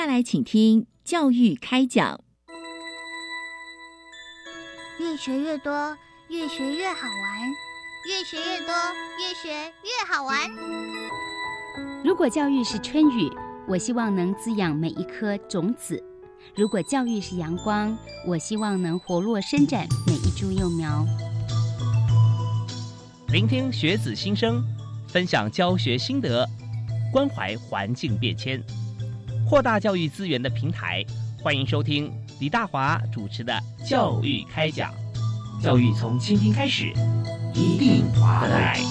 下来请听教育开讲。 越学越多，越学越好玩，越学越多，越学越好玩。 如果教育是春雨，我希望能滋养每一颗种子；如果教育是阳光，我希望能活络伸展每一株幼苗。 聆听学子心声，分享教学心得，关怀环境变迁，扩大教育资源的平台。欢迎收听李大华主持的教育开讲。教育从倾听开始，一定华得来。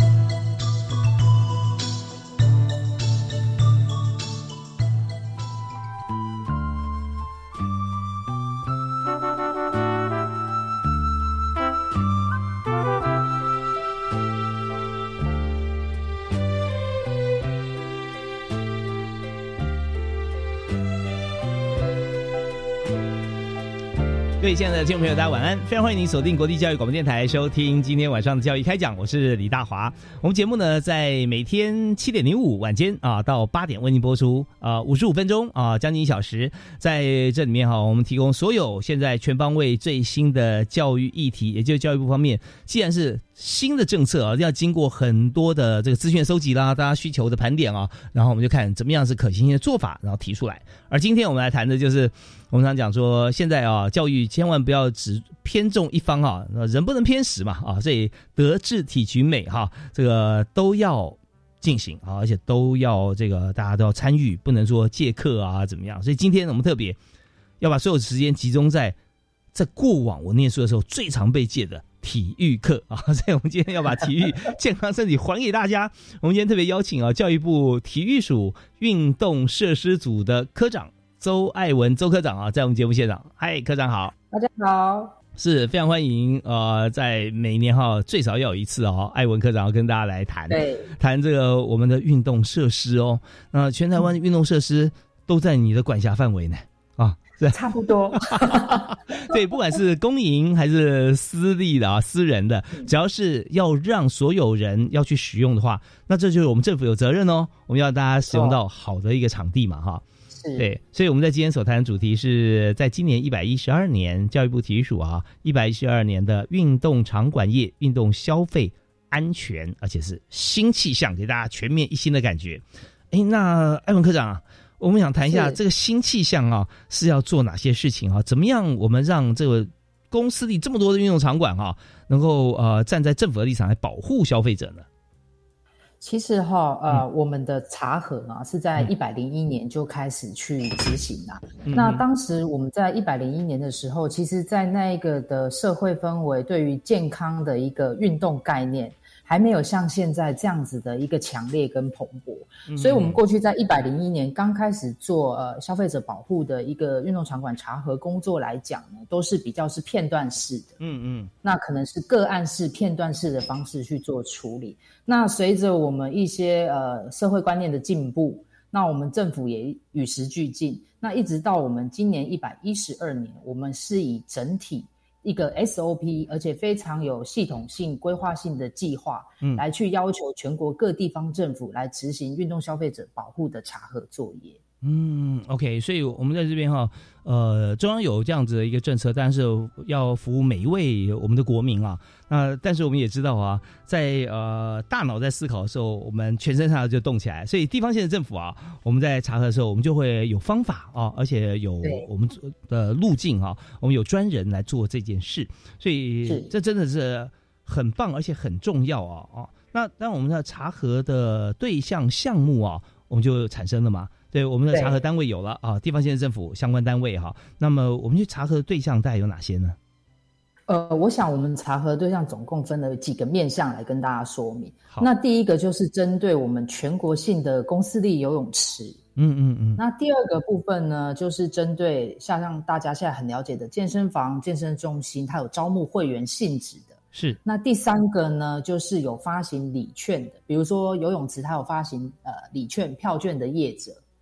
各位亲爱的听众朋友，大家晚安！非常欢迎您锁定国立教育广播电台，收听今天晚上的教育开讲。我是李大华。我们节目呢，在每天7:05晚间到8点为您播出，55分钟将近1小时。在这里面我们提供所有现在全方位最新的教育议题，也就是教育部方面，既然是新的政策要经过很多的这个资讯收集啦，大家需求的盘点然后我们就看怎么样是可行性的做法，然后提出来。而今天我们来谈的就是我们常讲说，现在教育千万不要只偏重一方人不能偏食嘛所以德智体群美这个都要进行而且都要这个大家都要参与，不能说借课怎么样。所以今天我们特别要把所有时间集中在过往我念书的时候最常被借的体育课所以我们今天要把体育健康身体还给大家。我们今天特别邀请教育部体育署运动设施组的科长周爱文周科长在我们节目现场。嗨，科长好。 大家好。是非常欢迎在每年最少要有一次爱文科长要跟大家来谈这个我们的运动设施那全台湾运动设施都在你的管辖范围呢差不多对，不管是公营还是私立的私人的，只要是要让所有人要去使用的话，那这就是我们政府有责任我们要大家使用到好的一个场地嘛对，所以我们在今天所谈的主题是在今年112年教育部体育署112年的运动场馆业运动消费安全，而且是新气象，给大家全面一新的感觉。那爱文科长我们想谈一下这个新气象是要做哪些事情怎么样我们让这个公司里这么多的运动场馆能够站在政府的立场来保护消费者呢？ 其实我们的查核是在101年就开始去执行了。那当时我们在101年的时候，其实在那个的社会氛围对于健康的一个运动概念还没有像现在这样子的一个强烈跟蓬勃，所以我们过去在101年刚开始做消费者保护的一个运动场馆查核工作来讲呢，都是比较是片段式的，那可能是个案式片段式的方式去做处理。那随着我们一些社会观念的进步，那我们政府也与时俱进，那一直到我们今年112年，我们是以整体一个 SOP 而且非常有系统性规划性的计划来去要求全国各地方政府来执行运动消费者保护的查核作业。 OK， 所以我们在这边中央有这样子的一个政策，但是要服务每一位我们的国民但是我们也知道在大脑在思考的时候，我们全身上就动起来，所以地方县的政府我们在查核的时候，我们就会有方法而且有我们的路径我们有专人来做这件事，所以这真的是很棒，而且很重要那当我们的查核的对象项目我们就产生了嘛。对，我们的查核单位有了地方县政府相关单位那么我们去查核的对象大概有哪些呢？ 我想我们查核对象总共分了几个面向来跟大家说明。那第一个就是针对我们全国性的公私立游泳池。那第二个部分呢，就是针对像大家现在很了解的健身房、健身中心，它有招募会员性质的。是。那第三个呢，就是有发行礼券的，比如说游泳池它有发行礼券票券的业者。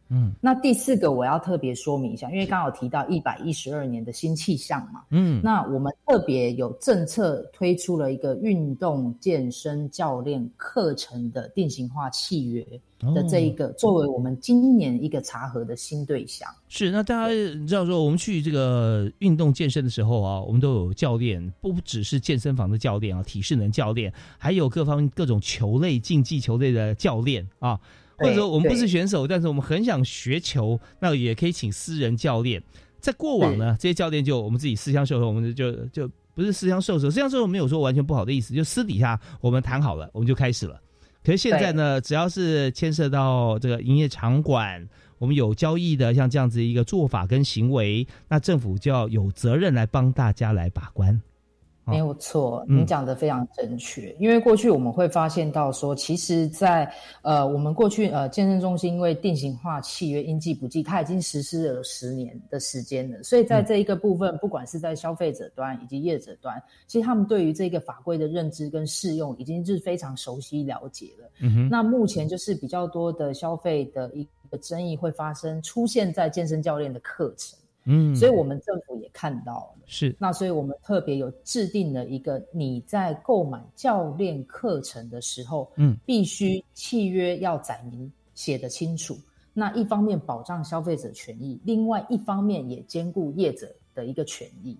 那第4个我要特别说明一下，因为刚好提到112年的新气象嘛，那我们特别有政策推出了一个运动健身教练课程的定型化契约的这一个，作为我们今年一个查核的新对象。 是，那大家知道说，我们去这个运动健身的时候啊，我们都有教练，不只是健身房的教练啊，体适能教练，还有各方面各种球类、竞技球类的教练啊。或者说我们不是选手，但是我们很想学球，那也可以请私人教练。在过往呢，这些教练就我们自己私相授受，我们就不是私相授受，私相授受没有说完全不好的意思，就私底下我们谈好了，我们就开始了。可是现在呢，只要是牵涉到这个营业场馆，我们有交易的像这样子一个做法跟行为，那政府就要有责任来帮大家来把关。 没有错，你讲得非常正确。因为过去我们会发现到说，其实在我们过去健身中心因为定型化契约应记不记，它已经实施了10年的时间了，所以在这一个部分，不管是在消费者端以及业者端，其实他们对于这个法规的认知跟适用已经是非常熟悉了解了。那目前就是比较多的消费的一个争议会出现在健身教练的课程。所以我们政府也看到了， 是， 那所以我们特别有制定了一个，你在购买教练课程的时候，必须契约要载明写得清楚。那一方面保障消费者权益，另外一方面也兼顾业者的一个权益。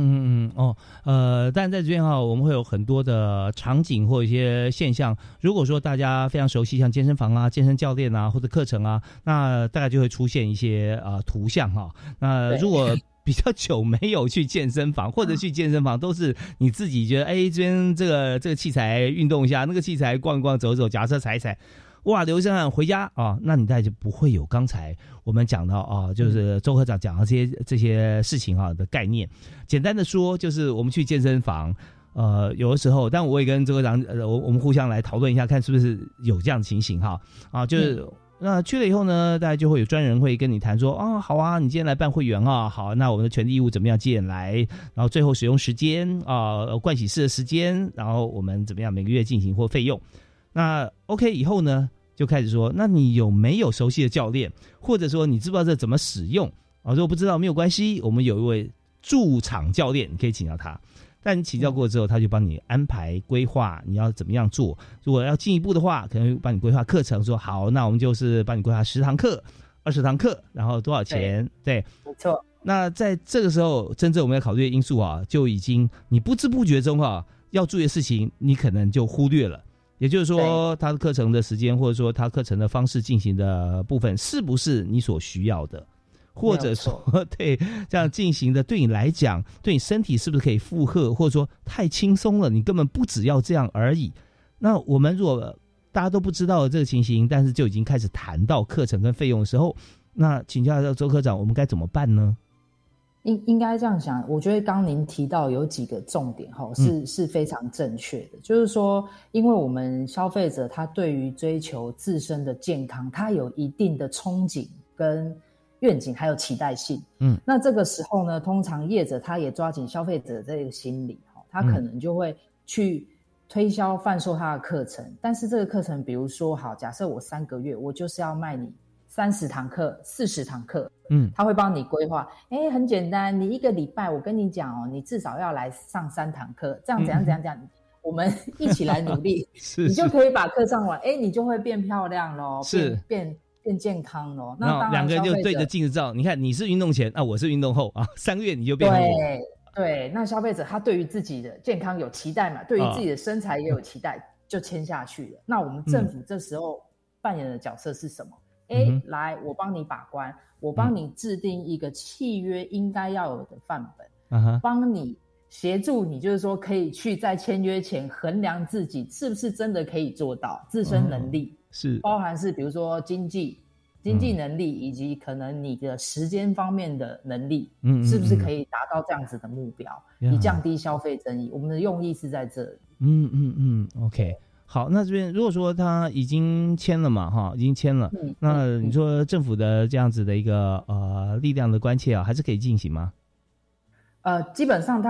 但在这边我们会有很多的场景或一些现象。如果说大家非常熟悉，像健身房啊、健身教练啊或者课程啊，那大概就会出现一些图像那如果比较久没有去健身房，或者去健身房都是你自己觉得，这边这个器材运动一下，那个器材逛一逛、走一走、夹车踩一踩。哇，流一身汗回家那你大概就不会有刚才我们讲到就是周科长讲的这些事情的概念。简单的说，就是我们去健身房，有的时候，但我也跟周科长我们互相来讨论一下，看是不是有这样的情形就是那去了以后呢，大家就会有专人会跟你谈说好啊，你今天来办会员好，那我们的权利义务怎么样几点来，然后最后使用时间盥洗室的时间，然后我们怎么样每个月进行或费用。那 OK 以后呢，就开始说，那你有没有熟悉的教练，或者说你知不知道这怎么使用如果不知道没有关系，我们有一位驻场教练，你可以请教他。但你请教过之后，他就帮你安排规划你要怎么样做。如果要进一步的话，可能会帮你规划课程，说好，那我们就是帮你规划10堂课、20堂课，然后多少钱？对， 没错。 那在这个时候，真正我们要考虑的因素就已经你不知不觉中要注意的事情，你可能就忽略了。也就是说，他的课程的时间，或者说他课程的方式进行的部分，是不是你所需要的？或者说，对这样进行的，对你来讲，对你身体是不是可以负荷？或者说太轻松了，你根本不只要这样而已。那我们如果大家都不知道这个情形，但是就已经开始谈到课程跟费用的时候，那请教一下周科长，我们该怎么办呢？ 应该这样想，我觉得刚您提到有几个重点是非常正确的，就是说，因为我们消费者他对于追求自身的健康，他有一定的憧憬跟愿景，还有期待性。那这个时候呢，通常业者他也抓紧消费者这个心理，他可能就会去推销贩售他的课程，但是这个课程，比如说好，假设我3个月，我就是要卖你30堂课、40堂课，他会帮你规划。很简单，你1个礼拜，我跟你讲你至少要来上3堂课，这样怎样怎样怎样，我们一起来努力，你就可以把课上完，你就会变漂亮咯，变健康咯。那当然，2 个人就对着镜子照，你看你是运动前我是运动后3个月你就变对，那消费者他对于自己的健康有期待嘛，对于自己的身材也有期待，就签下去了。那我们政府这时候扮演的角色是什么？来，我帮你把关，我帮你制定一个契约应该要有的范本，帮你协助你，就是说可以去在签约前衡量自己是不是真的可以做到自身能力， 是包含是比如说经济能力，以及可能你的时间方面的能力，是不是可以达到这样子的目标，以降低消费争议。我们的用意是在这里。 OK。好，那这边如果说他已经签了嘛，已经签了，那你说政府的这样子的一个力量的关切还是可以进行吗？ 基本上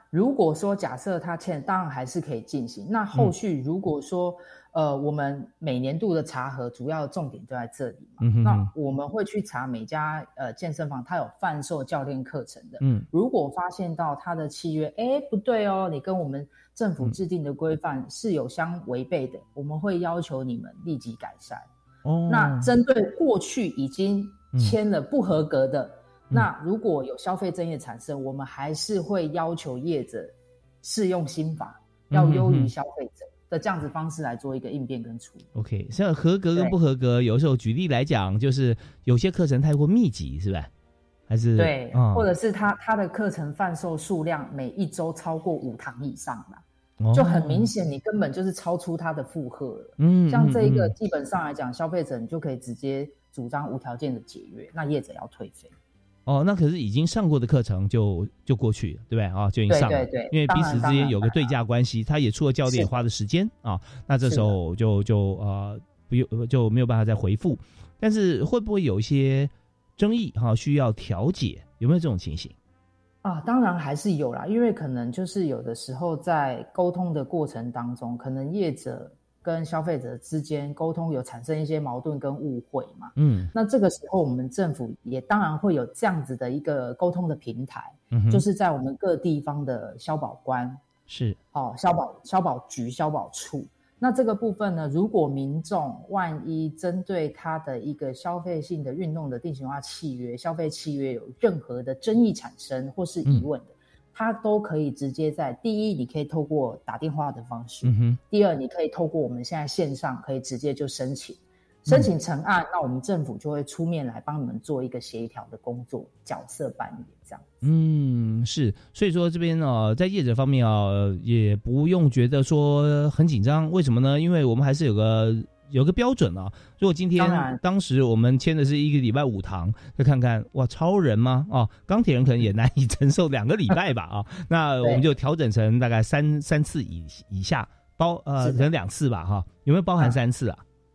如果说假设他欠，当然还是可以进行。那后续如果说我们每年度的查核主要重点就在这里嘛，那我们会去查每家健身房它有贩售教练课程的，如果发现到他的契约不对哦，你跟我们政府制定的规范是有相违背的，我们会要求你们立即改善。那针对过去已经签了不合格的，那如果有消费争议产生，我们还是会要求业者适用新法，要优于消费者的这样子方式来做一个应变跟处理。 OK， 像合格跟不合格，有时候举例来讲，就是有些课程太过密集，是吧？还是对，或者是他的课程贩售数量每一周超过5堂以上啦，就很明显你根本就是超出他的负荷了。像这一个基本上来讲，消费者你就可以直接主张无条件的解约，那业者要退费。 那可是已经上过的课程就过去了，对不对？就已经上了， 对， 因为彼此之间有个对价关系，他也出了教练花的时间那这时候就没有办法再回复。但是会不会有一些争议需要调解？有没有这种情形？ 当然还是有啦，因为可能就是有的时候在沟通的过程当中，可能业者跟消费者之间沟通有产生一些矛盾跟误会嘛，那这个时候我们政府也当然会有这样子的一个沟通的平台，就是在我们各地方的消保官是消保局、消保处。那这个部分呢，如果民众万一针对他的一个消费性的运动的定型化契约、消费契约有任何的争议产生或是疑问的，他都可以直接在第一，你可以透过打电话的方式，第二，你可以透过我们现在线上可以直接就申请成案，那我们政府就会出面来帮你们做一个协调的工作，角色扮演这样。 是，所以说这边在业者方面也不用觉得说很紧张，为什么呢？因为我们还是有个标准如果今天当时我们签的是1个礼拜5堂，就看看哇，超人吗？钢铁人可能也难以承受2个礼拜吧那我们就调整成大概三次以下，可能2次吧有没有包含3次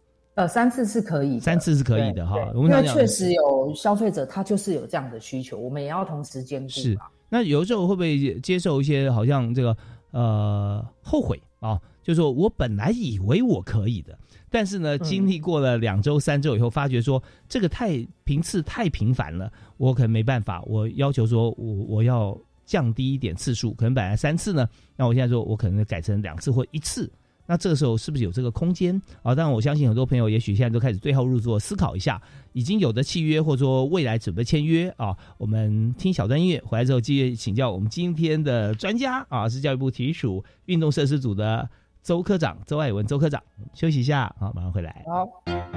3次是可以的 ，3次是可以的因为确实有消费者他就是有这样的需求，我们也要同时兼顾是。那有时候会不会接受一些好像这个后悔就是说我本来以为我可以的，但是呢经历过了2周3周以后，发觉说这个频次太频繁了，我可能没办法，我要求说我要降低一点次数，可能本来3次呢，那我现在说我可能改成2次或1次。那这个时候是不是有这个空间当然我相信很多朋友也许现在都开始对号入座，思考一下已经有的契约或者说未来准备签约我们听小段音乐回来之后，继续请教我们今天的专家是教育部体育署运动设施组的周科长周爱文周科长。休息一下马上回来。 好。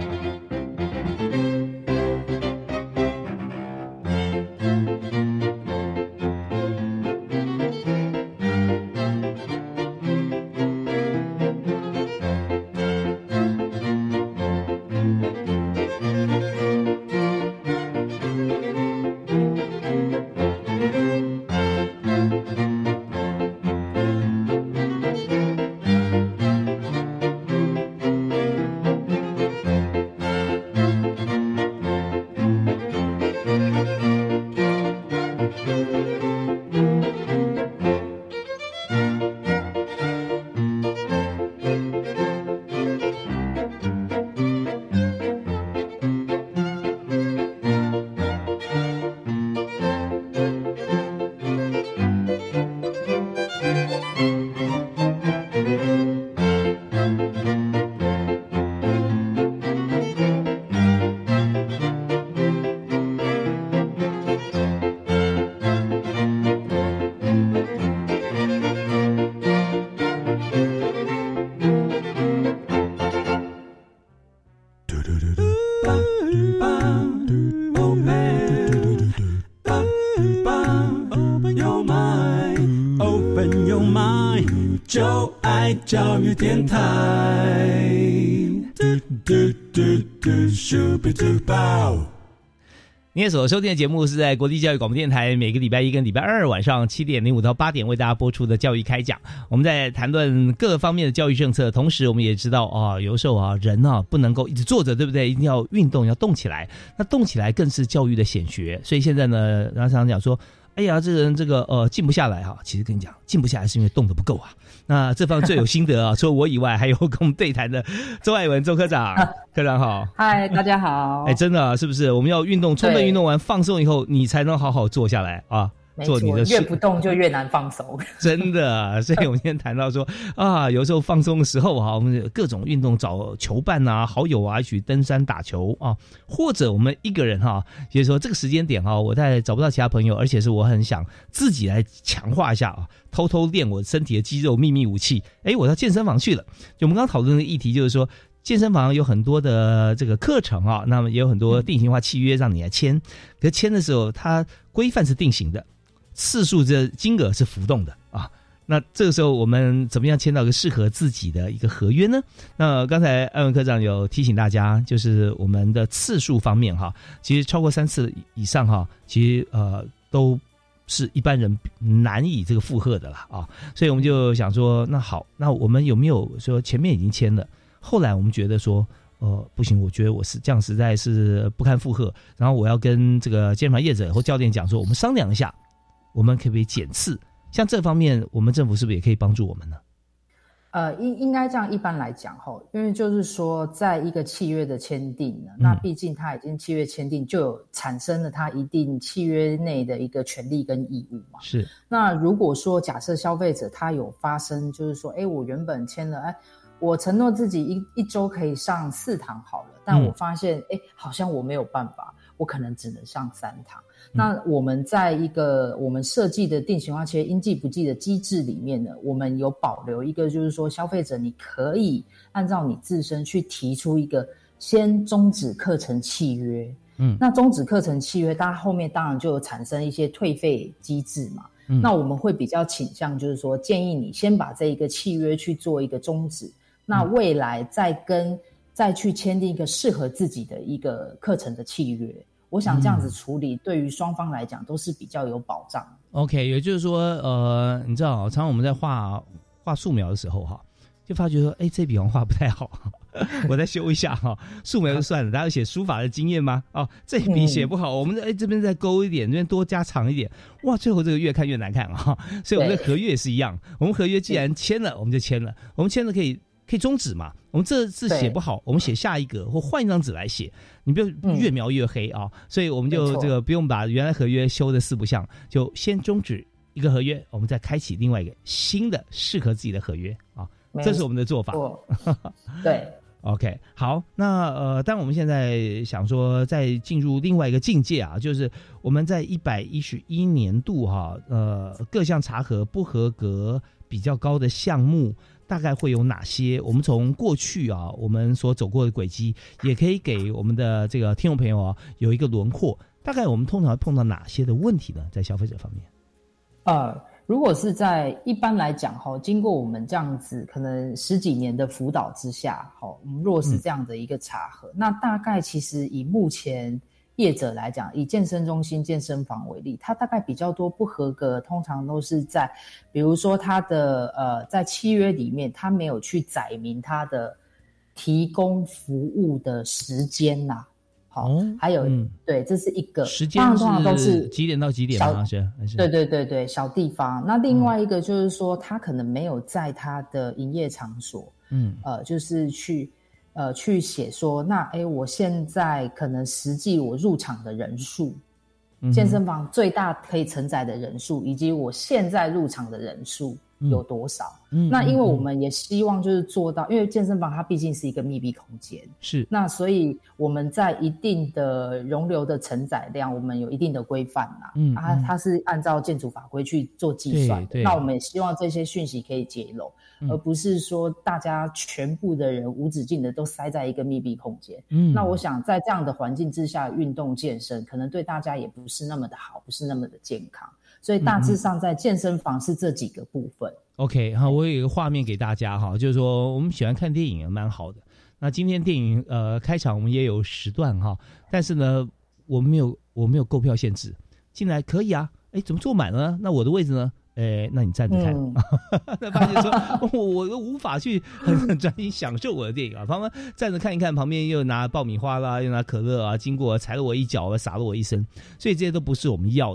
教育电台， 您所收听的节目是在国立教育广播电台每个礼拜1跟礼拜2晚上7点05到8点为大家播出的教育开讲。我们在谈论各方面的教育政策，同时我们也知道有时候人不能够一直坐着，对不对？一定要运动，要动起来。那动起来更是教育的显学。所以现在呢，常常讲说哎呀，这个人静不下来哈，其实跟你讲，静不下来是因为动得不够啊。那这方最有心得啊，除了我以外，还有跟我们对谈的周爱文周科长，科长好。 嗨，大家好。 真的是不是？我们要运动，充分运动完放松以后，你才能好好坐下来啊。做你的事， 越不动就越难放松。 真的，所以我们今天谈到说啊，有时候放松的时候我们各种运动，找球伴啊、好友啊，一起登山打球啊，或者我们一个人就是说这个时间点我再找不到其他朋友，而且是我很想自己来强化一下偷偷练我身体的肌肉秘密武器。我到健身房去了。就我们刚刚讨论的议题就是说，健身房有很多的这个课程那么也有很多定型化契约让你来签，可是签的时候它规范是定型的。次数这金额是浮动的那这个时候我们怎么样签到一个适合自己的一个合约呢？那刚才艾文科长有提醒大家，就是我们的次数方面其实超过3次以上其实都是一般人难以这个负荷的了所以我们就想说，那好，那我们有没有说前面已经签了，后来我们觉得说不行，我觉得我是这样实在是不堪负荷，然后我要跟这个健身房业者或教练讲说，我们商量一下，我们可不可以减次？像这方面，我们政府是不是也可以帮助我们呢？ 应该这样，一般来讲因为就是说，在一个契约的签订呢，那毕竟它已经契约签订，就有产生了它一定契约内的一个权利跟义务嘛。是。那如果说假设消费者他有发生，就是说，我原本签了，我承诺自己一周可以上4堂好了，但我发现，好像我没有办法，我可能只能上3堂。那我们在一个我们设计的定型化契约应记不记的机制里面呢，我们有保留一个，就是说消费者你可以按照你自身去提出一个先终止课程契约。那终止课程契约，它后面当然就有产生一些退费机制嘛。那我们会比较倾向就是说，建议你先把这一个契约去做一个终止，那未来再去签订一个适合自己的一个课程的契约。我想这样子处理，对于双方来讲都是比较有保障。OK， 也就是说，你知道，常常我们在画素描的时候就发觉说，这笔画不太好，我再修一下素描就算了，大家有写书法的经验吗？这笔写不好，我们这边再勾一点，这边多加长一点，哇，最后这个越看越难看所以我们的合约也是一样，我们合约既然签了，我们就签了，我们签了可以终止嘛。我们这字写不好，我们写下一个或换一张纸来写，你不要越描越黑所以我们就这个不用把原来合约修的四不像，就先终止一个合约，我们再开启另外一个新的适合自己的合约这是我们的做法。 对。 OK， 好，那但我们现在想说再进入另外一个境界就是我们在111年度各项查核不合格比较高的项目大概会有哪些？我们从过去我们所走过的轨迹，也可以给我们的这个听众朋友有一个轮廓。大概我们通常会碰到哪些的问题呢？在消费者方面， 如果是在一般来讲经过我们这样子可能10几年的辅导之下我们落实这样的一个查核，那大概其实以目前业者来讲，以健身中心健身房为例，它大概比较多不合格，通常都是在比如说它的在契约里面它没有去载明它的提供服务的时间还有对，这是一个时间是通常都是几点到几点吗？ 对，小地方。那另外一个就是说，他可能没有在他的营业场所，就是去写说，那我现在可能实际我入场的人数，健身房最大可以承载的人数，以及我现在入场的人数有多少。那因为我们也希望就是做到，因为健身房它毕竟是一个密闭空间，是，那所以我们在一定的容留的承载量，我们有一定的规范它是按照建筑法规去做计算的。那我们也希望这些讯息可以揭露，而不是说大家全部的人无止境的都塞在一个密闭空间。那我想在这样的环境之下运动健身，可能对大家也不是那么的好，不是那么的健康。所以大致上在健身房是这几个部分。 OK， 我有一个画面给大家就是说我们喜欢看电影也蛮好的。那今天电影开场我们也有时段但是呢我没有购票限制，进来可以怎么坐满了呢？那我的位置呢？那你站着看，那发现说我都无法去很专心享受我的电影旁边站着看一看，旁边又拿爆米花啦，又拿可乐经过踩了我一脚，洒了我一身，所以这些都不是我们要的。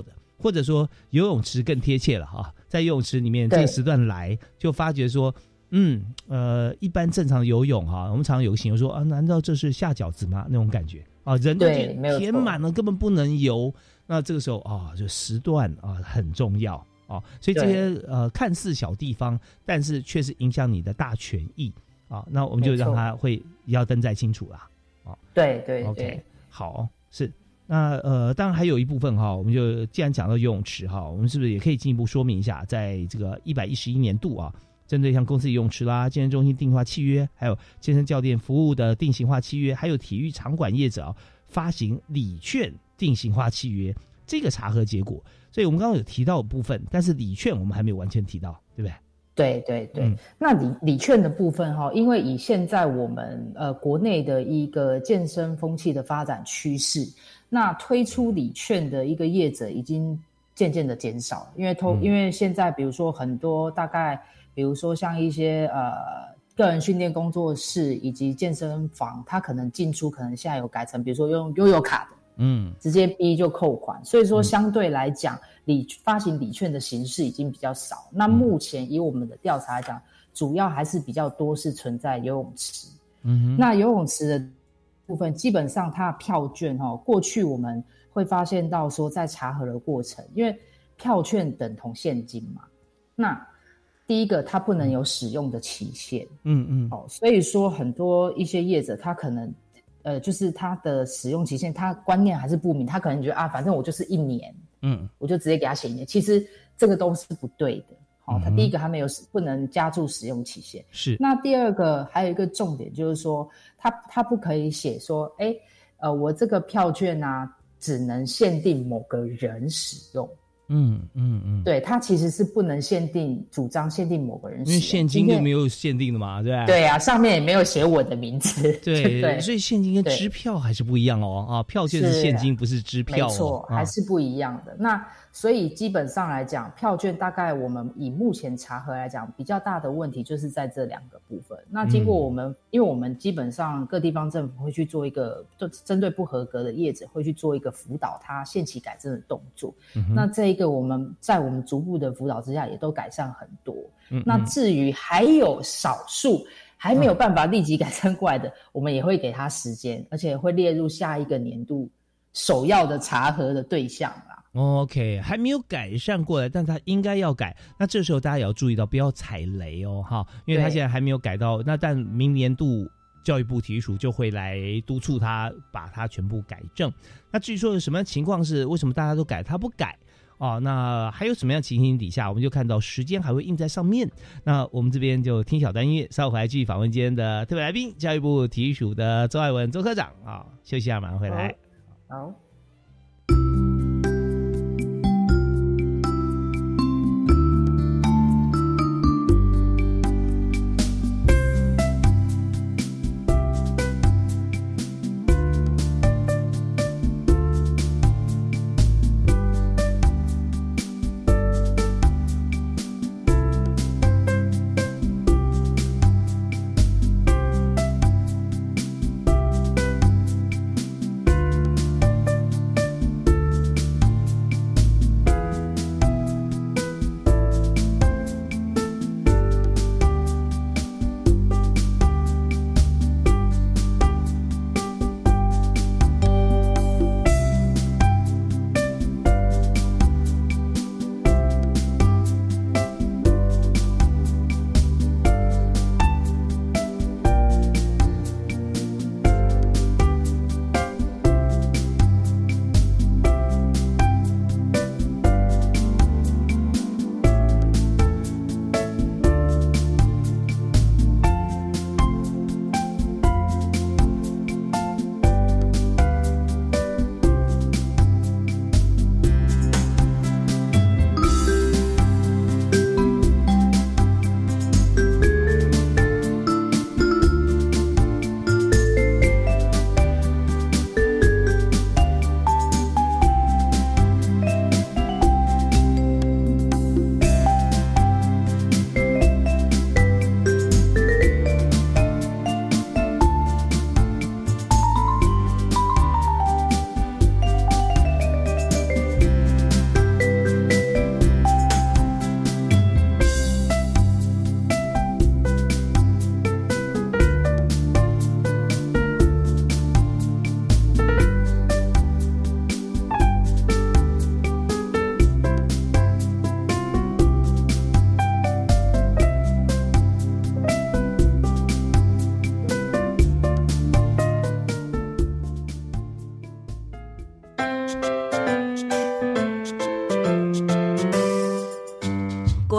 或者说游泳池更贴切了哈，在游泳池里面这个时段来，就发觉说，一般正常游泳哈，我们常有个形容说啊，难道这是下饺子吗？那种感觉啊，人都填满了，根本不能游。那这个时候啊，就时段啊很重要啊，所以这些看似小地方，但是却是影响你的大权益啊。那我们就让它会要登载清楚啦。啊， 对对 ，OK， 好，是。那当然还有一部分哈，我们就既然讲到游泳池哈，我们是不是也可以进一步说明一下，在这个111年度啊，针对像公司游泳池啦、健身中心定化契约，还有健身教练服务的定型化契约，还有体育场馆业者发行礼券定型化契约这个查核结果，所以我们刚刚有提到的部分，但是礼券我们还没有完全提到，对不对？ 对对对，那礼券的部分哈，因为以现在我们国内的一个健身风气的发展趋势，那推出礼券的一个业者已经渐渐的减少，因为现在比如说很多大概比如说像一些个人训练工作室以及健身房，它可能进出可能现在有改成比如说用悠游卡的，直接逼就扣款，所以说相对来讲发行礼券的形式已经比较少。那目前以我们的调查来讲，主要还是比较多是存在游泳池。那游泳池的部分基本上它的票券过去我们会发现到说在查核的过程，因为票券等同现金嘛，那第一个它不能有使用的期限，所以说很多一些业者他可能就是他的使用期限他观念还是不明，他可能觉得反正我就是1年，我就直接给他写1年，其实这个都是不对的。他第一个他不能加注使用期限，是。那第二个还有一个重点就是说，他不可以写说，我这个票券啊，只能限定某个人使用。对，它其实是不能主张限定某个人使用， 因为现金就没有限定的嘛，对吧？ 对啊，上面也没有写我的名字。 对，所以现金跟支票还是不一样哦。票券是现金，不是支票， 没错，还是不一样的。那所以基本上来讲，票券大概我们以目前查核来讲，比较大的问题就是在这2个部分。那经过因为我们基本上各地方政府会去做一个，就针对不合格的业者会去做一个辅导他限期改正的动作。那这一个我们在我们逐步的辅导之下，也都改善很多。那至于还有少数还没有办法立即改善过来的，我们也会给他时间，而且会列入下一个年度首要的查核的对象啦。 OK， 还没有改善过来，但他应该要改。那这时候大家也要注意到，不要踩雷哦，哈，因为他现在还没有改到。那但明年度教育部体育署就会来督促他把它全部改正。那至于说有什么情况是为什么大家都改，他不改？那还有什么样情形底下，我们就看到时间还会印在上面。那我们这边就听小段音乐，稍后回来继续访问今天的特别来宾，教育部体育署的周爱文周科长休息一下，马上回来。 好。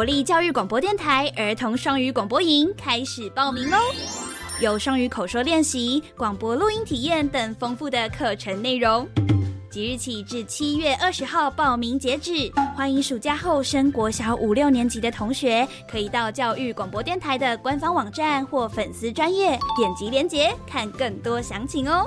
国立教育广播电台儿童双语广播营开始报名喽！有双语口说练习、广播录音体验等丰富的课程内容。即日起至7月20号报名截止，欢迎暑假后升国小5、6年级的同学，可以到教育广播电台的官方网站或粉丝专页点击连结看更多详情哦。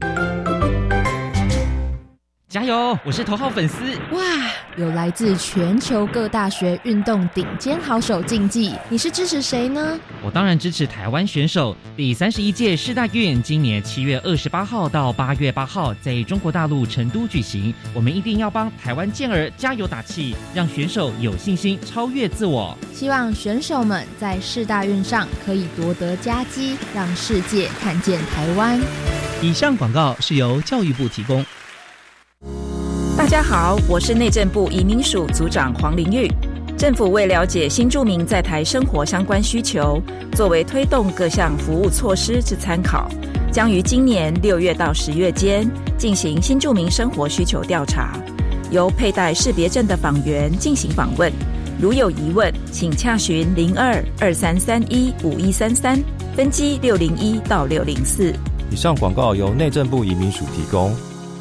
加油！我是头号粉丝。 哇，有来自全球各大学运动顶尖好手竞技，你是支持谁呢？ 我当然支持台湾选手。第31届世大运今年7月28号到8月8号在中国大陆成都举行，我们一定要帮台湾健儿加油打气，让选手有信心超越自我。 希望选手们在世大运上可以夺得佳绩，让世界看见台湾。 以上广告是由教育部提供。 大家好，我是内政部移民署组长黄玲玉。政府为了解新住民在台生活相关需求，作为推动各项服务措施之参考，将于今年6月到10月间进行新住民生活需求调查，由佩戴识别证的访员进行访问。如有疑问，请洽询02-2331-5133，分机601到604。 以上广告由内政部移民署提供。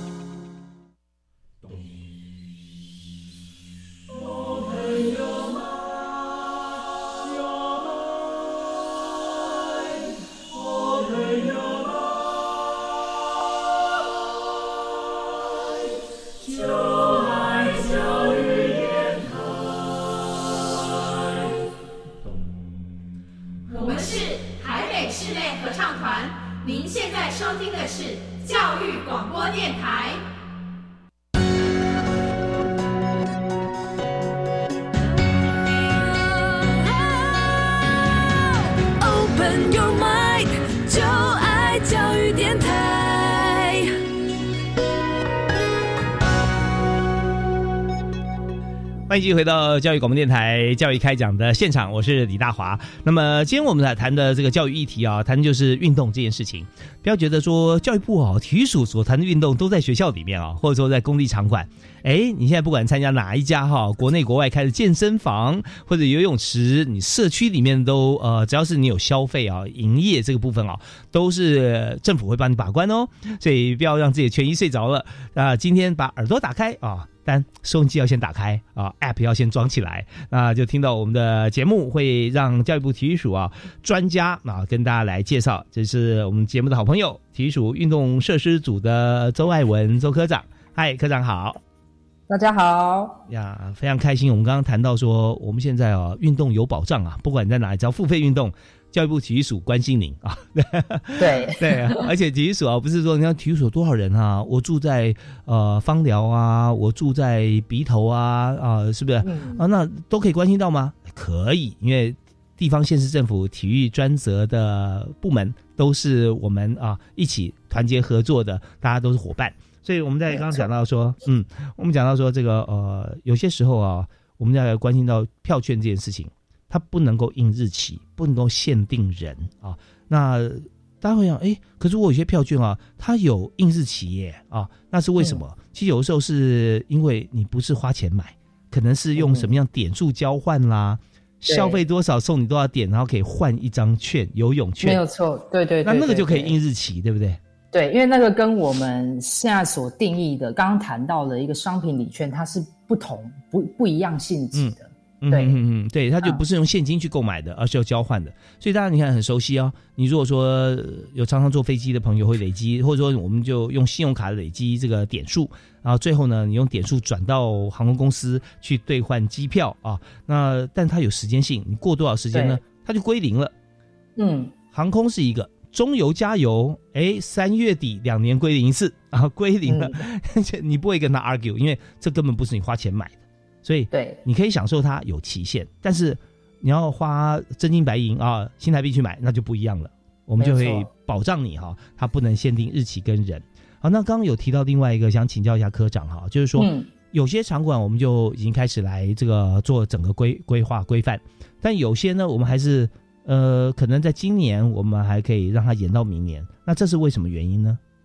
欢迎继续回到教育广播电台教育开讲的现场，我是李大华。那么今天我们来谈的这个教育议题啊，谈的就是运动这件事情。不要觉得说教育部体育署所谈的运动都在学校里面或者说在公立场馆。你现在不管参加哪一家国内国外开的健身房或者游泳池，你社区里面都只要是你有消费营业这个部分都是政府会帮你把关哦。所以不要让自己全一睡着了今天把耳朵打开但收音机要先打开App 要先装起来，那就听到我们的节目会让教育部体育署专家跟大家来介绍。这是我们节目的好朋友，体育署运动设施组的周爱文周科长。嗨，科长好。 大家好呀，非常开心。我们刚刚谈到说，我们现在运动有保障不管你在哪里，只要付费运动，教育部体育署关心您对对，而且体育署不是说你看体育署多少人我住在芳寮我住在鼻头是不是那都可以关心到吗？可以，因为地方县市政府体育专责的部门都是我们一起团结合作的，大家都是伙伴。所以我们在刚刚讲到说我们讲到说这个有些时候我们要关心到票券这件事情，它不能够印日期，不能够限定人那大家会想可是我有些票券它有印日期耶那是为什么？其实有的时候是因为你不是花钱买，可能是用什么样点数交换啦消费多少送你多少点，然后可以换一张券，游泳券。 没有错，对对对， 那个就可以印日期，对不对？ 对，因为那个跟我们现在所定义的刚刚谈到的一个商品礼券，它是不一样性质的。 对，它就不是用现金去购买的，而是要交换的。所以大家你看很熟悉你如果说有常常坐飞机的朋友会累积，或者说我们就用信用卡累积这个点数，然后最后呢，你用点数转到航空公司去兑换机票那但它有时间性，你过多少时间呢，它就归零了。航空是一个。中油加油3月底2年归零一次归零了你不会跟他 argue， 因为这根本不是你花钱买的，所以你可以享受它有期限，但是你要花真金白银新台币去买，那就不一样了。我们就会保障你它不能限定日期跟人。好，那刚刚有提到另外一个想请教一下科长就是说有些场馆我们就已经开始来这个做整个规划规范，但有些呢我们还是可能在今年我们还可以让它延到明年，那这是为什么原因呢？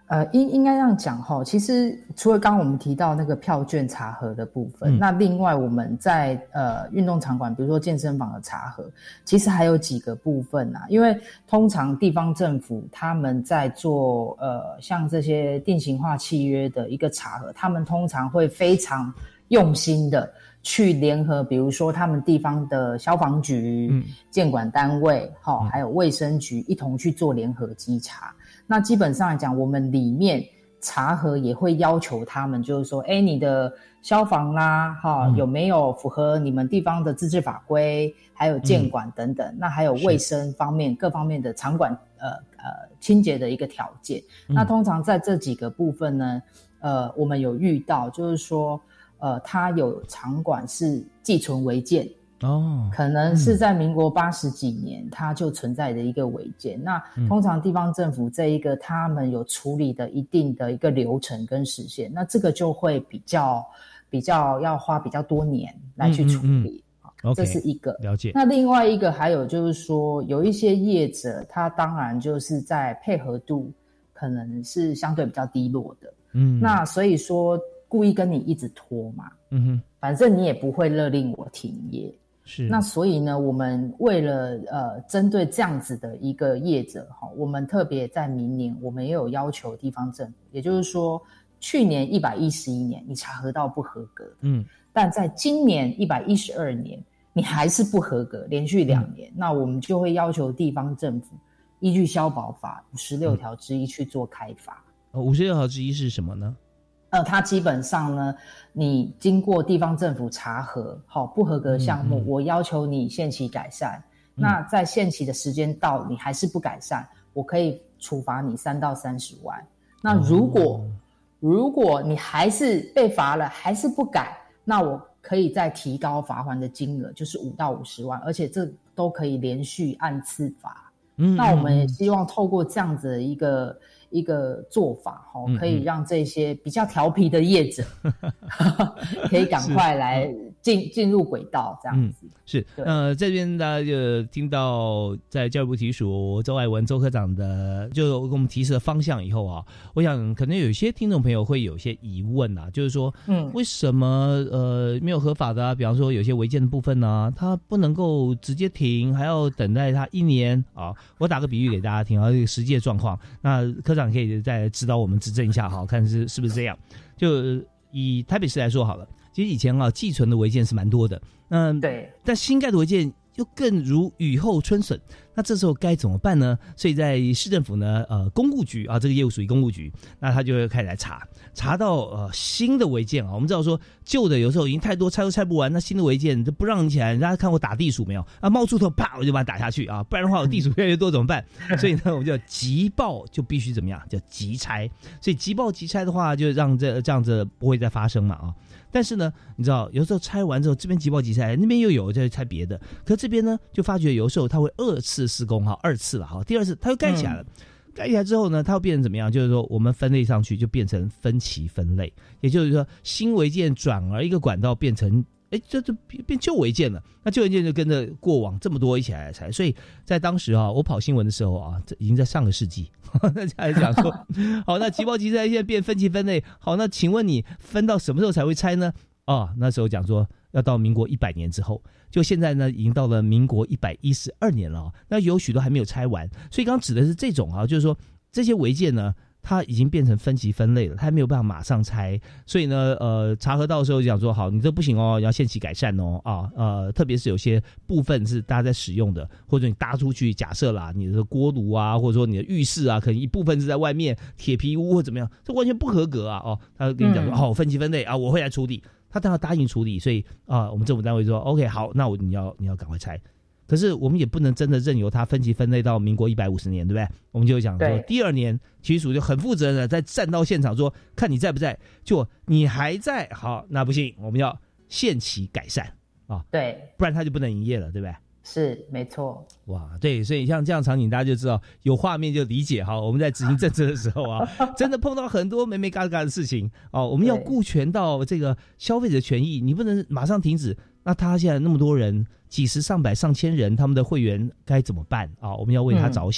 应该这样讲哈，其实除了刚刚我们提到那个票券查核的部分，那另外我们在运动场馆，比如说健身房的查核，其实还有几个部分啊。因为通常地方政府他们在做像这些定型化契约的一个查核，他们通常会非常用心的去联合，比如说他们地方的消防局、建管单位，还有卫生局一同去做联合稽查。那基本上来讲，我们里面查核也会要求他们，就是说，你的消防啦，有没有符合你们地方的自治法规，还有建管等等，那还有卫生方面各方面的场馆清洁的一个条件。那通常在这几个部分呢，我们有遇到，就是说，它有场馆是寄存违建。可能是在民国80几年它就存在的一个违建。那通常地方政府这一个他们有处理的一定的一个流程跟时限，那这个就会比较要花比较多年来去处理。这是一个了解。 那另外一个还有就是说，有一些业者他当然就是在配合度可能是相对比较低落的，那所以说故意跟你一直拖嘛，反正你也不会勒令我停业。是，那所以呢，我们为了针对这样子的一个业者，我们特别在明年，我们也有要求地方政府，也就是说，去年111年你查核到不合格，但在今年112年你还是不合格，连续2年，那我们就会要求地方政府依据消保法56条之一去做开罚。 56条之一是什么呢？ 它基本上呢，你经过地方政府查核，不合格项目，我要求你限期改善。那在限期的时间到，你还是不改善，我可以处罚你3到30万。那如果你还是被罚了，还是不改，那我可以再提高罚锾的金额，就是5到50万，而且这都可以连续按次罚。那我们也希望透过这样子的一个做法，可以让这些比较调皮的业者可以赶快来进入轨道，这样子。 是，这边大家就听到在教育部体署周爱文周科长的就给我们提示的方向以后啊，我想可能有些听众朋友会有些疑问啊，就是说，为什么没有合法的比方说有些违建的部分呢，它不能够直接停，还要等待它1年啊？我打个比喻给大家听啊，这个实际的状况，那科长可以再指导我们指正一下，好，看是不是这样？就以台北市来说好了。其实以前寄存的违建是蛮多的， 对， 但新盖的违建又更如雨后春笋，那这时候该怎么办呢？所以在市政府呢，公务局啊，这个业务属于公务局，那他就会开始来查到新的违建啊。我们知道说旧的有时候已经太多，拆都拆不完，那新的违建就不让你起来。大家看过打地鼠没有啊？冒出头啪我就把它打下去啊，不然的话我地鼠越来越多怎么办？所以呢，我们就急报就必须怎么样？叫急拆。所以急报急拆的话，就让这样子不会再发生嘛啊。但是呢，你知道有时候拆完之后，这边急报急拆，那边又有再拆别的，可这边呢就发觉有时候它会2次施工2次了第2次它又盖起来了。盖起来之后呢，它会变成怎么样？就是说我们分类上去就变成分期分类，也就是说新违建转而一个管道变成这变旧违建了，那旧违建就跟着过往这么多一起来拆。所以在当时我跑新闻的时候这已经在上个世纪那家来讲说好，那急报急拆现在变分期分类，好，那请问你分到什么时候才会拆呢？那时候讲说要到民国100年之后，就现在呢已经到了民国112年了那有许多还没有拆完。所以刚刚指的是这种就是说这些违建呢它已经变成分级分类了，它没有办法马上拆，所以呢查核到的时候就讲说好，你这不行要限期改善特别是有些部分是大家在使用的，或者你搭出去，假设啦你的锅炉啊，或者说你的浴室啊，可能一部分是在外面铁皮屋或怎么样，这完全不合格他跟你讲说好，分级分类我会来处理，他当然答应处理，所以我们政府单位说 OK 好，那你要赶快拆。可是我们也不能真的任由它分级分类到民国150年，对不对？我们就讲说第2年体育署就很负责任的在站到现场说，看你在不在，就你还在，好，那不行，我们要限期改善对， 不然它就不能营业了，对不对？ 是没错。 哇，对，所以像这样场景大家就知道，有画面就理解我们在执行政策的时候真的碰到很多眉嘎嘎的事情我们要顾全到这个消费者权益，你不能马上停止。那他现在那么多人，几十上百上千人，他们的会员该怎么办我们要为他着想。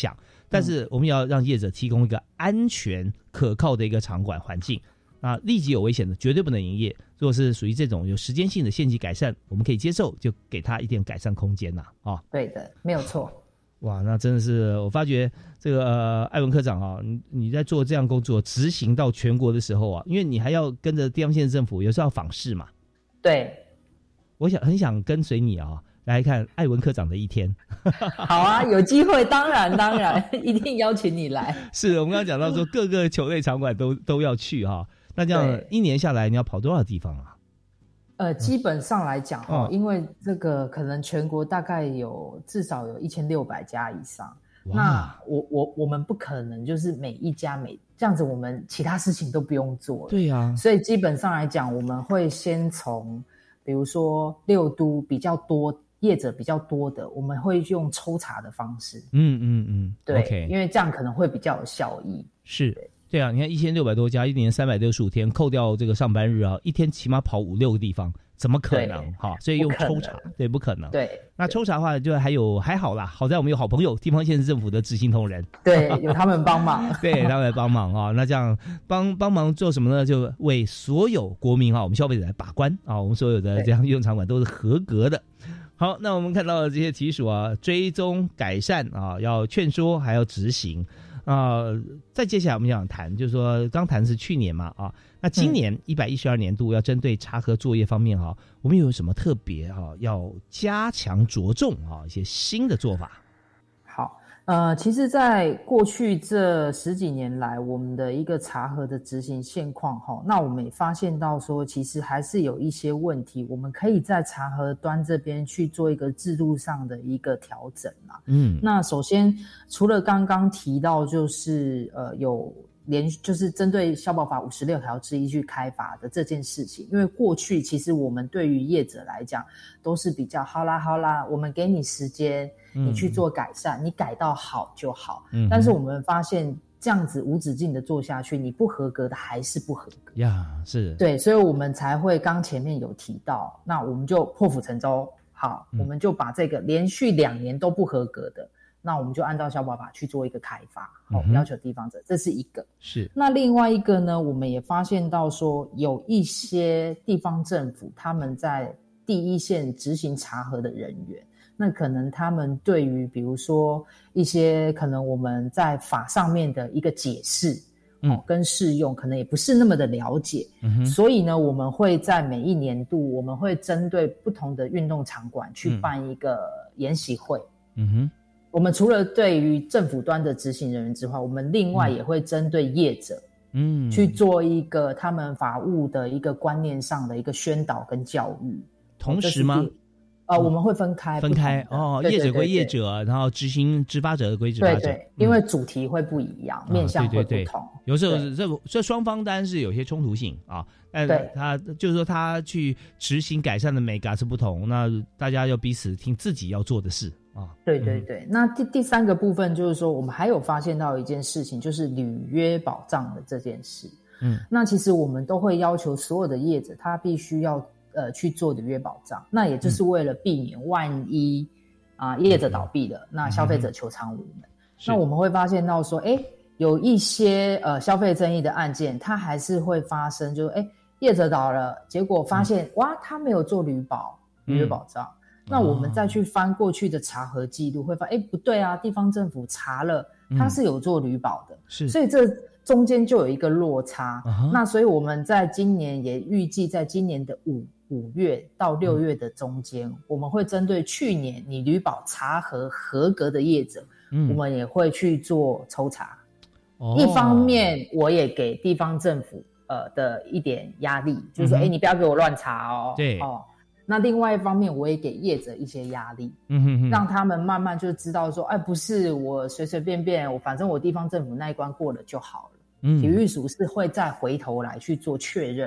但是我们要让业者提供一个安全可靠的一个场馆环境。啊，立即有危险的绝对不能营业。如果是属于这种有时间性的限期改善，我们可以接受，就给他一点改善空间呐。 对的，没有错。 哇，那真的是我发觉这个艾文科长啊，你在做这样工作执行到全国的时候啊，因为你还要跟着地方县政府，有时候要访视嘛。 对， 我很想跟随你啊，来看艾文科长的一天。 好啊，有机会当然一定邀请你来。 是我们刚刚讲到说各个球类场馆都要去哈。那这样一年下来你要跑多少地方啊？ 基本上来讲因为这个可能全国大概至少有1600家以上。那我们不可能就是每一家这样子，我们其他事情都不用做了。 对啊， 所以基本上来讲，我们会先从比如说6都比较多业者比较多的，我们会用抽查的方式。对， okay. 因为这样可能会比较有效益。 是。对啊，你看1600多家，一年365天，扣掉这个上班日啊，一天起码跑5-6个地方，怎么可能？所以用抽查，对，不可能。 对， 那抽查的话，就还好啦，好在我们有好朋友，地方县市政府的执行同仁， 对，有他们帮忙， 对，他们来帮忙啊。那这样帮忙做什么呢？就为所有国民我们消费者来把关啊，我们所有的这样运动场馆都是合格的。好，那我们看到这些提署啊，追踪改善啊，要劝说，还要执行。再接下来我们想谈，就是说刚谈是去年嘛那今年112年度要针对查核作业方面我们有什么特别要加强着重一些新的做法？ 好，其实在过去这10几年来，我们的一个查核的执行现况那我们也发现到说，其实还是有一些问题，我们可以在查核端这边去做一个制度上的一个调整那首先除了刚刚提到就是就是针对消保法56条之一去开罚的这件事情，因为过去其实我们对于业者来讲都是比较好啦，我们给你时间，你去做改善，你改到好就好。但是我们发现这样子无止境的做下去，你不合格的还是不合格呀，是对，所以我们才会刚前面有提到，那我们就破釜沉舟，好，我们就把这个连续2年都不合格的，那我们就按照消保法去做一个开罚，要求地方者，这是一个。 是。 那另外一个呢，我们也发现到说，有一些地方政府他们在第一线执行查核的人员，那可能他们对于比如说一些可能我们在法上面的一个解释跟适用可能也不是那么的了解，所以呢我们会在每一年度我们会针对不同的运动场馆去办一个研习会。我们除了对于政府端的执行人员之外，我们另外也会针对业者去做一个他们法务的一个观念上的一个宣导跟教育。 同时吗？ 我们会分开业者归业者，然后执法者归执法者。 对，因为主题会不一样，面向会不同。 有时候这双方当然是有些冲突性但他就是说他去执行改善的美感是不同，那大家要彼此听自己要做的事对。那第3个部分就是说，我们还有发现到一件事情，就是履约保障的这件事。那其实我们都会要求所有的业者，他必须要去做履约保障，那也就是为了避免万一业者倒闭了，那消费者求偿无门。那我们会发现到说，有一些消费争议的案件，它还是会发生，就是业者倒了，结果发现哇，他没有做履约保障。那我们再去翻过去的查核记录，会发现不对啊，地方政府查了，他是有做履保的，所以这中间就有一个落差。那所以我们在今年也预计，在今年的5月到6月的中间，我们会针对去年你履保查核合格的业者，我们也会去做抽查。一方面我也给地方政府的一点压力，就是说你不要给我乱查对那另外一方面我也给业者一些压力，让他们慢慢就知道说，不是我随随便便，反正我地方政府那一关过了就好了。体育署是会再回头来去做确认的。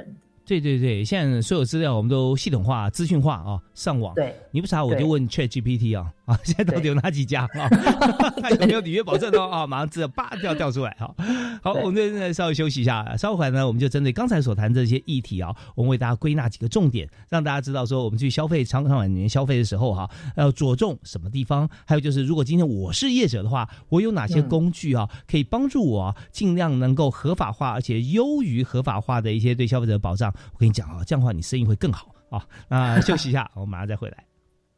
对对对，现在所有资料我们都系统化、资讯化啊，上网。 对， 你不查我就问 ChatGPT 啊，现在到底有哪几家啊？看有没有履约保证哦啊，马上资料叭掉出来哈。好，我们现在稍微休息一下，稍后回来呢，我们就针对刚才所谈这些议题啊，我们为大家归纳几个重点，让大家知道说我们去消费商场里面消费的时候哈，要着重什么地方，还有就是如果今天我是业者的话，我有哪些工具啊，可以帮助我尽量能够合法化，而且优于合法化的一些对消费者的保障。我跟你讲啊，这样的话你生意会更好啊。那休息一下，我们马上再回来。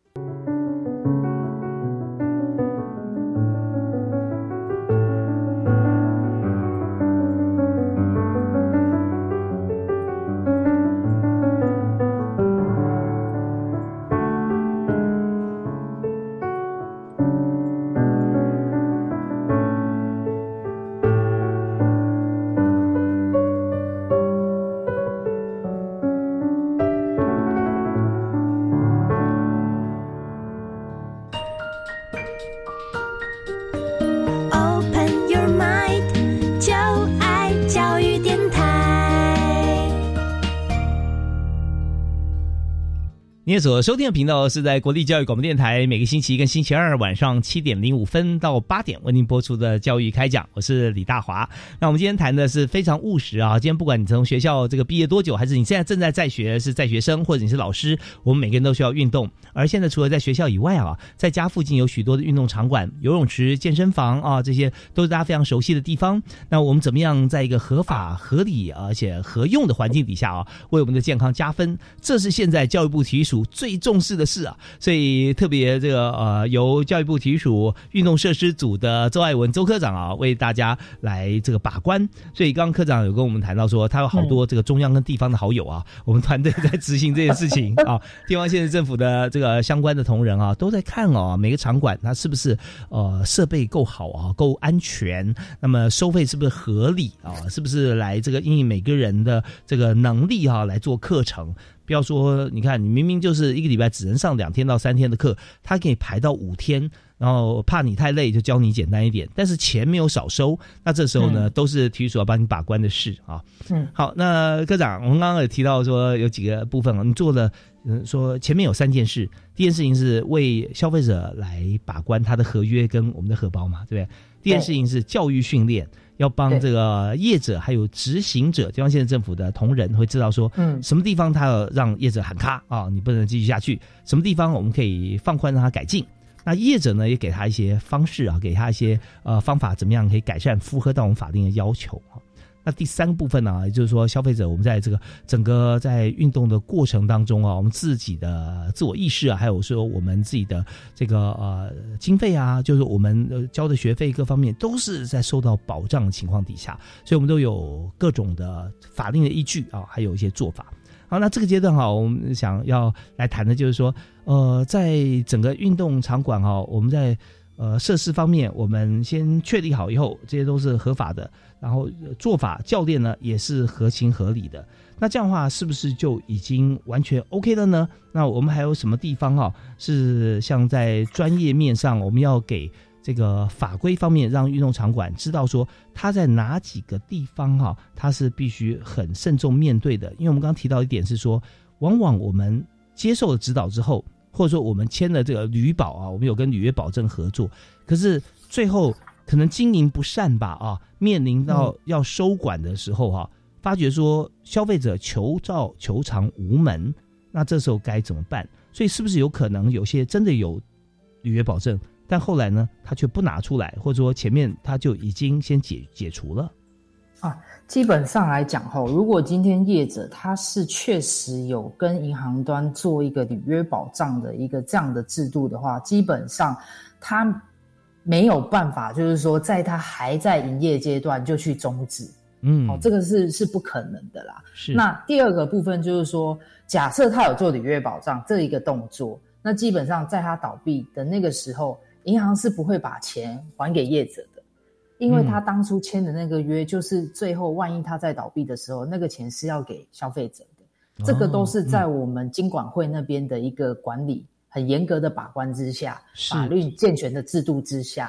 您所收听的频道是在国立教育广播电台，每个星期一跟星期二晚上7点05分到8点为您播出的教育开讲，我是李大华。那我们今天谈的是非常务实啊，今天不管你从学校这个毕业多久，还是你现在正在学是在学生，或者你是老师，我们每个人都需要运动。而现在除了在学校以外啊，在家附近有许多的运动场馆、游泳池、健身房啊，这些都是大家非常熟悉的地方。那我们怎么样在一个合法、合理而且合用的环境底下啊，为我们的健康加分？这是现在教育部体育署最重视的事啊，所以特别这个由教育部体育署运动设施组的周爱文周科长啊，为大家来这个把关。所以刚刚科长有跟我们谈到说，他有好多这个中央跟地方的好友啊，我们团队在执行这件事情啊，地方县市政府的这个相关的同仁啊，都在看哦，每个场馆它是不是设备够好啊，够安全，那么收费是不是合理啊，是不是来这个因应每个人的这个能力啊来做课程。不要说你看你明明就是一个礼拜只能上2天到3天的课，他给你排到5天，然后怕你太累就教你简单一点，但是钱没有少收，那这时候呢都是体育署要帮你把关的事啊。好，那科长我们刚刚也提到说有几个部分啊，你做了说前面有3件事，第一件事情是为消费者来把关他的合约跟我们的荷包嘛，对不对？第二件事情是教育训练，要帮这个业者还有执行者，地方县政府的同仁会知道说，什么地方他要让业者喊卡啊，你不能继续下去，什么地方我们可以放宽让他改进。那业者呢也给他一些方式啊，给他一些方法，怎么样可以改善，符合到我们法定的要求啊。那第3个部分呢，也就是说消费者我们在这个整个在运动的过程当中啊，我们自己的自我意识啊，还有说我们自己的这个经费啊，就是我们交的学费各方面都是在受到保障的情况底下，所以我们都有各种的法令的依据啊，还有一些做法。好，那这个阶段哈，我们想要来谈的就是说在整个运动场馆哈，我们在设施方面我们先确立好以后，这些都是合法的，然后做法教练呢也是合情合理的，那这样的话是不是就已经完全 OK 了呢？那我们还有什么地方是像在专业面上我们要给这个法规方面让运动场馆知道说它在哪几个地方它是必须很慎重面对的。因为我们刚刚提到一点是说，往往我们接受了指导之后，或者说我们签了这个履保我们有跟履约保证合作，可是最后可能经营不善吧面临到要收管的时候发觉说消费者求照求偿无门，那这时候该怎么办？所以是不是有可能有些真的有履约保证，但后来呢他却不拿出来，或者说前面他就已经先解除了基本上来讲如果今天业者他是确实有跟银行端做一个履约保障的一个这样的制度的话，基本上他没有办法就是说在他还在营业阶段就去终止这个是不可能的啦。是。那第二个部分就是说，假设他有做履约保障这一个动作，那基本上在他倒闭的那个时候，银行是不会把钱还给业者的，因为他当初签的那个约就是最后万一他在倒闭的时候，那个钱是要给消费者的，这个都是在我们金管会那边的一个管理很严格的把关之下，法律健全的制度之下，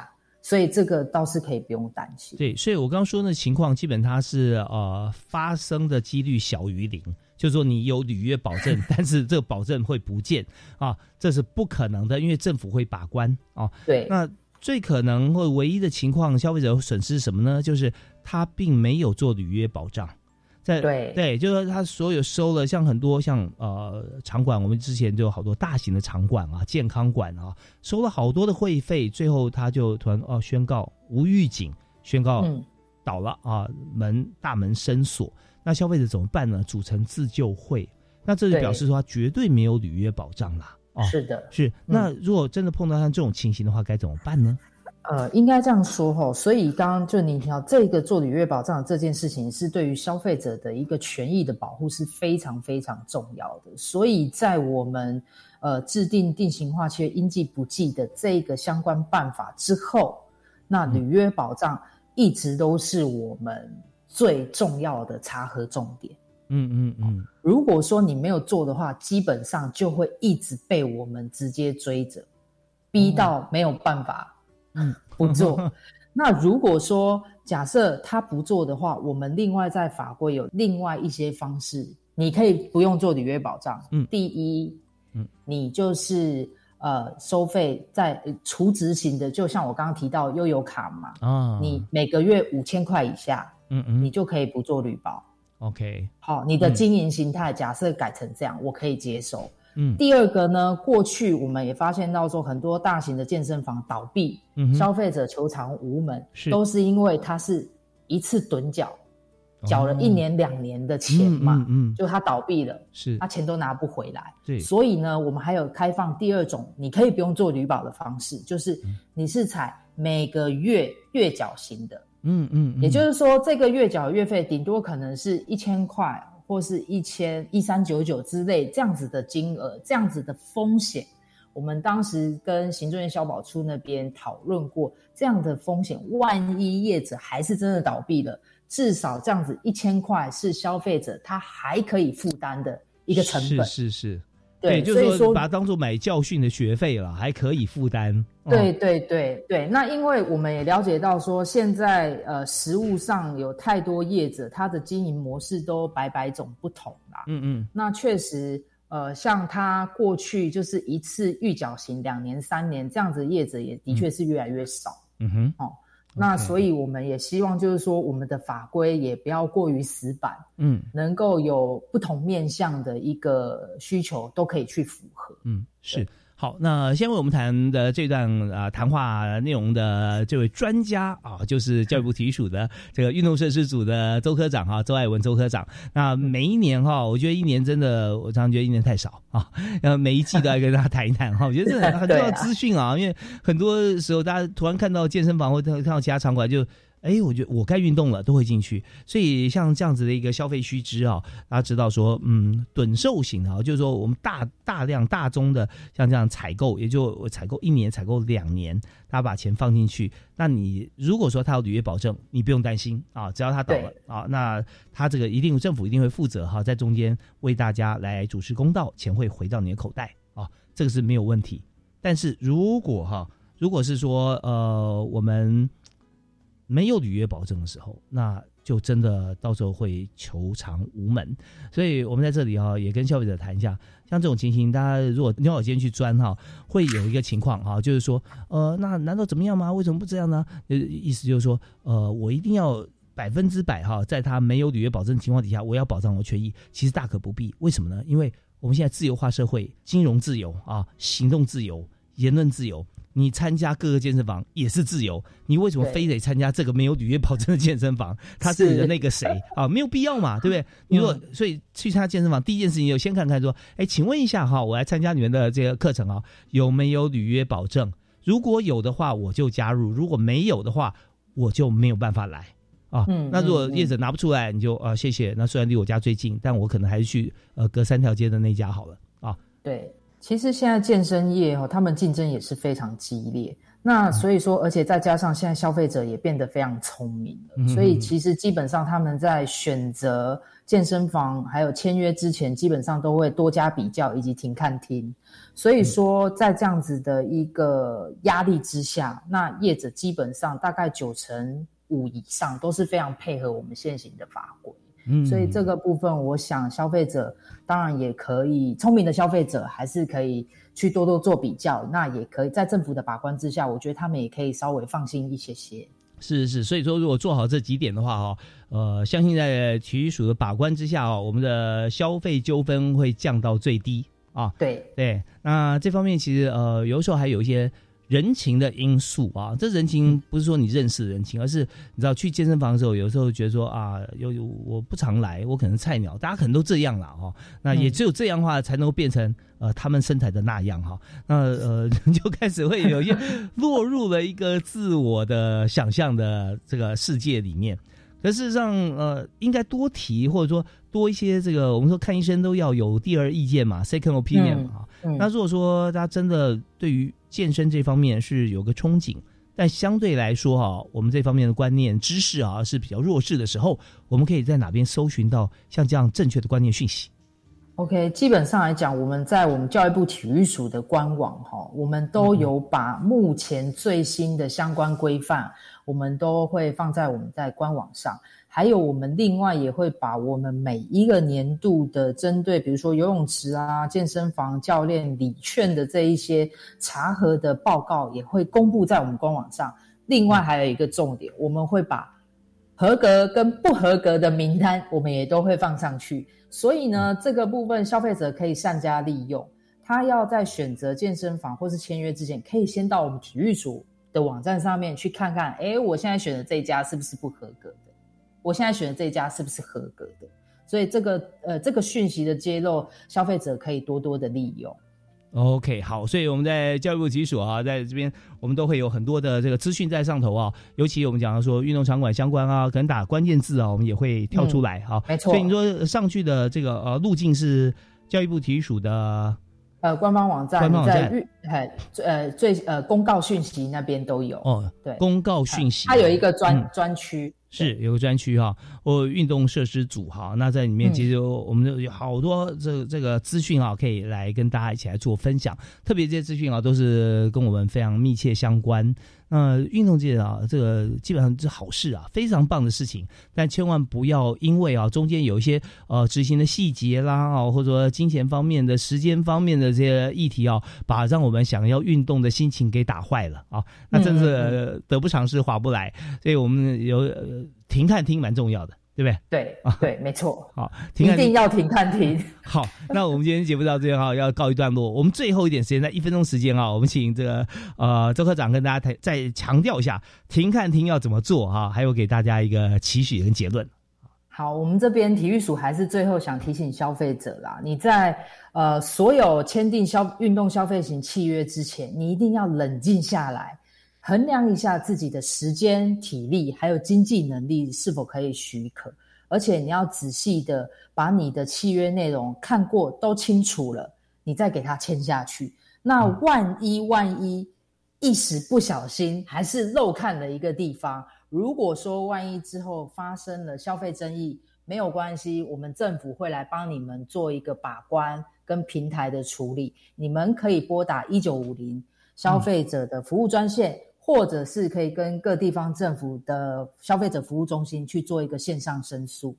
所以这个倒是可以不用担心。 对，所以我刚刚说的情况，基本它是发生的几率小于0，就是说你有履约保证，但是这个保证会不见啊，这是不可能的，因为政府会把关啊。 对， 那最可能或唯一的情况，消费者损失什么呢？就是他并没有做履约保障。对，就是他所有收了，像很多像场馆，我们之前就有好多大型的场馆啊、健康馆啊，收了好多的会费，最后他就突然宣告无预警，宣告倒了啊，大门深锁。那消费者怎么办呢？组成自救会，那这就表示说他绝对没有履约保障啦。 是的， 是。那如果真的碰到像这种情形的话，该怎么办呢？ 应该这样说齁，所以刚刚就您提到这个做履约保障的这件事情，是对于消费者的一个权益的保护是非常非常重要的。所以在我们制定定型化契约应记不记的这个相关办法之后，那履约保障一直都是我们最重要的查核重点。如果说你没有做的话，基本上就会一直被我们直接追着，逼到没有办法不做。那如果说假设他不做的话，我们另外在法规有另外一些方式，你可以不用做履约保障。第一，你就是收费在除执行的，就像我刚刚提到悠游卡嘛，你每个月5000块以下，你就可以不做履保。 OK， 好，你的经营形态假设改成这样，我可以接受。第二个呢，过去我们也发现到说，很多大型的健身房倒闭，消费者求偿无门，都是因为他是一次趸缴，缴了1年2年的钱嘛，就他倒闭了，他钱都拿不回来。对，所以呢，我们还有开放第二种，你可以不用做履保的方式，就是你是采每个月月缴型的。也就是说，这个月缴月费顶多可能是1000块，或是1399之类这样子的金额，这样子的风险，我们当时跟行政院消保处那边讨论过，这样的风险，万一业者还是真的倒闭了，至少这样子1000块是消费者他还可以负担的一个成本。是。对， 就是说把它当作买教训的学费了，还可以负担。 对，那因为我们也了解到说，现在实务上有太多业者，他的经营模式都百种不同啦。那确实，像他过去就是一次预缴型2年3年这样子的业者，也的确是越来越少。那所以我们也希望就是说，我们的法规也不要过于死板，能够有不同面向的一个需求都可以去符合。 是。好，那先为我们谈的这段谈话内容的这位专家啊，就是教育部体育署的这个运动设施组的周科长周爱文周科长。那每一年我觉得一年真的，我常常觉得一年太少啊，每一季都要跟大家谈一谈我觉得这很重要资讯啊，因为很多时候大家突然看到健身房或看到其他场馆就。我觉得我该运动了都会进去，所以像这样子的一个消费须知大家知道说趸售型就是说我们大量大宗的像这样采购，也就我采购1年采购2年，大家把钱放进去，那你如果说他有履约保证，你不用担心只要他倒了那他这个政府一定会负责在中间为大家来主持公道，钱会回到你的口袋这个是没有问题。但是如果是说我们没有履约保证的时候，那就真的到时候会求偿无门。所以我们在这里也跟消费者谈一下，像这种情形，大家如果牛角尖去钻会有一个情况就是说那难道怎么样吗？为什么不这样呢？意思就是说我一定要100%在他没有履约保证的情况底下，我要保障我权益，其实大可不必。为什么呢？因为我们现在自由化社会，金融自由行动自由，言论自由，你参加各个健身房也是自由，你为什么非得参加这个没有履约保证的健身房？他是你的那个谁没有必要嘛，对不对？你如果所以去参加健身房，第一件事情就先看看说，请问一下我来参加你们的这个课程有没有履约保证？如果有的话，我就加入；如果没有的话，我就没有办法来那如果业者拿不出来，你就谢谢。那虽然离我家最近，但我可能还是去隔3条街的那家好了对。其实现在健身业他们竞争也是非常激烈，那所以说而且再加上现在消费者也变得非常聪明了，所以其实基本上他们在选择健身房还有签约之前，基本上都会多加比较以及停看听。所以说在这样子的一个压力之下，那业者基本上大概95%以上都是非常配合我们现行的法规。所以这个部分我想消费者当然也可以，聪明的消费者还是可以去多多做比较，那也可以在政府的把关之下，我觉得他们也可以稍微放心一些些。 是，所以说如果做好这几点的话相信在体育署的把关之下我们的消费纠纷会降到最低啊。对，那这方面其实有时候还有一些人情的因素啊，这人情不是说你认识的人情，而是你知道去健身房的时候，有时候觉得说我不常来，我可能菜鸟，大家可能都这样啦那也只有这样的话才能够变成他们身材的那样那就开始会有一些落入了一个自我的想象的这个世界里面。可事实上应该多提，或者说多一些这个我们说看医生都要有第二意见嘛 second opinion 嘛那如果说大家真的对于健身这方面是有个憧憬，但相对来说我们这方面的观念知识是比较弱势的时候，我们可以在哪边搜寻到像这样正确的观念讯息？ OK， 基本上来讲，我们在我们教育部体育署的官网我们都有把目前最新的相关规范我们都会放在我们在官网上，还有我们另外也会把我们每一个年度的针对比如说游泳池健身房教练礼券的这一些查核的报告也会公布在我们官网上。另外还有一个重点，我们会把合格跟不合格的名单我们也都会放上去，所以呢这个部分消费者可以善加利用，他要在选择健身房或是签约之前，可以先到我们体育署的网站上面去看看我现在选的这一家是不是不合格的，我现在选的这一家是不是合格的，所以这个讯息的揭露消费者可以多多的利用。 OK， 好，所以我们在教育部体育署在这边我们都会有很多的这个资讯在上头尤其我们讲到说运动场馆相关可能打关键字我们也会跳出来没错。 所以你说上去的这个路径是教育部体育署的官方网站，在公告讯息那边都有对， 公告讯息它有一个专区， 是有个专区或运动设施组那在里面其实我们有好多这个资讯可以来跟大家一起来做分享，特别这些资讯都是跟我们非常密切相关。运动界这个基本上是好事非常棒的事情，但千万不要因为中间有一些执行的细节啦或者说金钱方面的时间方面的这些议题把让我们想要运动的心情给打坏了那真是得不偿失划不来。所以我们有停看听蛮重要的，对不对？ 对，没错。 好， 一定要停看听。 好，那我们今天节目到这边要告一段落。我们最后一点时间，在1分钟时间我们请这个周科长跟大家再强调一下停看听要怎么做还有给大家一个期许跟结论。 好，我们这边体育署还是最后想提醒消费者啦，你在所有签订运动消费型契约之前，你一定要冷静下来，衡量一下自己的时间、体力还有经济能力是否可以许可，而且你要仔细的把你的契约内容看过都清楚了，你再给它签下去。那万一一时不小心还是漏看了一个地方，如果说万一之后发生了消费争议，没有关系，我们政府会来帮你们做一个把关跟平台的处理，你们可以拨打1950消费者的服务专线，或者是可以跟各地方政府的消费者服务中心去做一个线上申诉。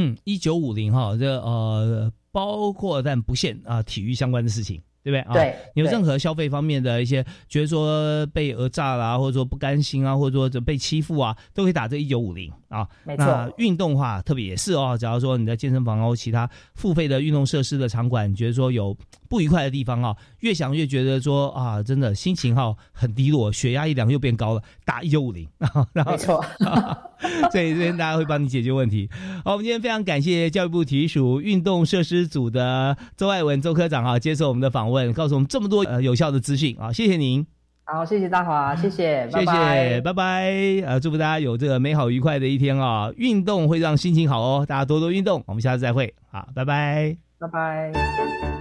1950这包括但不限体育相关的事情，对不对对， 你有任何消费方面的一些觉得说被讹诈啦，或者说不甘心或者说被欺负都可以打这1950 没错。 那运动的话特别也是假如说你在健身房或其他付费的运动设施的场馆，你觉得说有不愉快的地方越想越觉得说真的心情很低落，血压一量又变高了，打1950 没错所以这边大家会帮你解决问题。好，我们今天非常感谢教育部体育署运动设施组的周爱文周科长接受我们的访问，告诉我们这么多有效的资讯谢谢您。 好，谢谢大华，谢谢， 拜拜，拜拜。祝福大家有这个美好愉快的一天运动会让心情好大家多多运动。我们下次再会，好，拜拜， 拜拜。